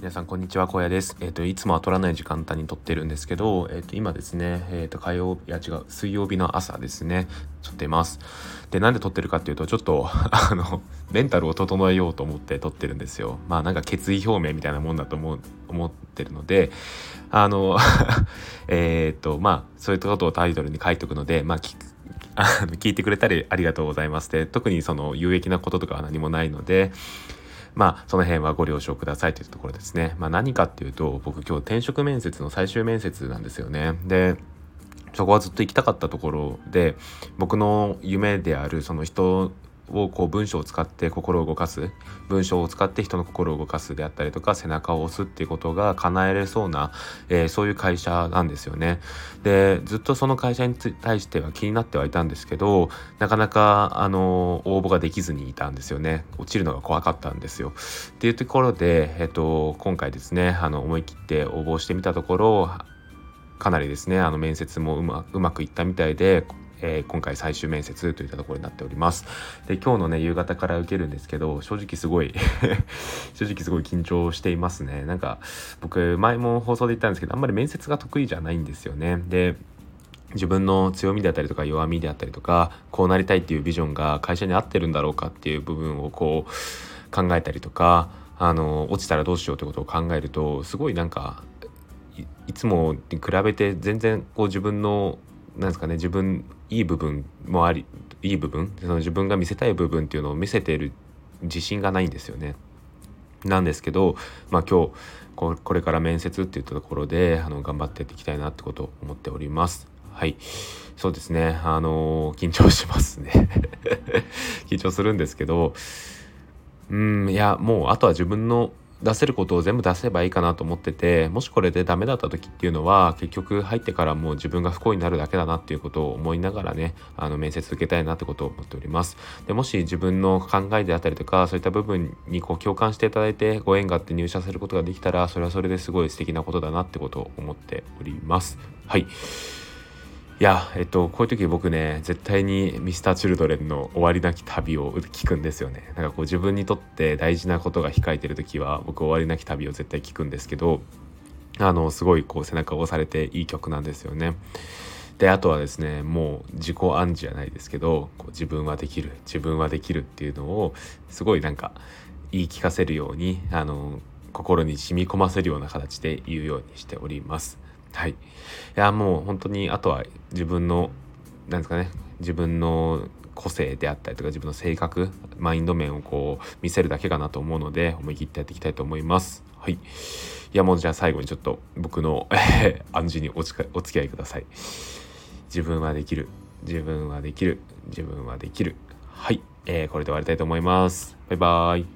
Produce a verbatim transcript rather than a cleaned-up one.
皆さんこんにちは、荒野です。えっ、といつもは撮らない時間帯に撮ってるんですけど、えっ、と今ですね、えっ、と火曜日、いや違う、水曜日の朝ですね、撮ってます。で、なんで撮ってるかっていうと、ちょっとあのメンタルを整えようと思って撮ってるんですよ。まあなんか決意表明みたいなもんだと思う思ってるので、あのえっとまあそういったことをタイトルに書いておくので、まあ聞くあの聞いてくれたりありがとうございます。で、特にその有益なこととかは何もないので。まあその辺はご了承くださいというところですね。まあ何かっていうと、僕今日転職面接の最終面接なんですよね。で、そこはずっと行きたかったところで、僕の夢であるその人をこう文章を使って心を動かす、文章を使って人の心を動かすであったりとか、背中を押すっていうことが叶えれそうな、えー、そういう会社なんですよね。で、ずっとその会社に対しては気になってはいたんですけど、なかなかあの応募ができずにいたんですよね。落ちるのが怖かったんですよ。っていうところで、えっと今回ですね、あの思い切って応募してみたところ、かなりですね、あの面接もうまうまくいったみたいで、えー、今回最終面接といったところになっております。で、今日のね夕方から受けるんですけど、正直すごい正直すごい緊張していますね。なんか僕前も放送で言ったんですけど、あんまり面接が得意じゃないんですよね。で、自分の強みであったりとか弱みであったりとか、こうなりたいっていうビジョンが会社に合ってるんだろうかっていう部分をこう考えたりとか、あの落ちたらどうしようってことを考えると、すごいなんかい, いつもに比べて全然こう自分のなんですかね、自分いい部分もあり、いい部分、その自分が見せたい部分っていうのを見せている自信がないんですよね。なんですけど、まあ今日ここれから面接っていったところであの頑張っていきたいなってことを思っております。はい、そうですね。あの緊張しますね緊張するんですけど、うん、いやもうあとは自分の出せることを全部出せばいいかなと思ってて、もしこれでダメだった時っていうのは結局入ってからもう自分が不幸になるだけだなっていうことを思いながらね、あの面接受けたいなってことを思っております。で、もし自分の考えであったりとかそういった部分にこう共感していただいてご縁があって入社することができたら、それはそれですごい素敵なことだなってことを思っております。はい、いや、えっと、こういう時僕ね、絶対にミスターチルドレンの終わりなき旅を聞くんですよね。なんかこう自分にとって大事なことが控えてる時は、僕終わりなき旅を絶対聞くんですけど、あの、すごいこう背中を押されていい曲なんですよね。で、あとはですね、もう自己暗示じゃないですけど、こう自分はできる、自分はできるっていうのを、すごいなんか言い聞かせるように、あの、心に染み込ませるような形で言うようにしております。はい。いや、もう本当にあとは自分のなんですかね、自分の個性であったりとか自分の性格、マインド面をこう見せるだけかなと思うので、思い切ってやっていきたいと思います。はい。いや、もうじゃあ最後にちょっと僕の暗示におつかお付き合いください。自分はできる、自分はできる、自分はできる。はい、えー、これで終わりたいと思います。バイバーイ。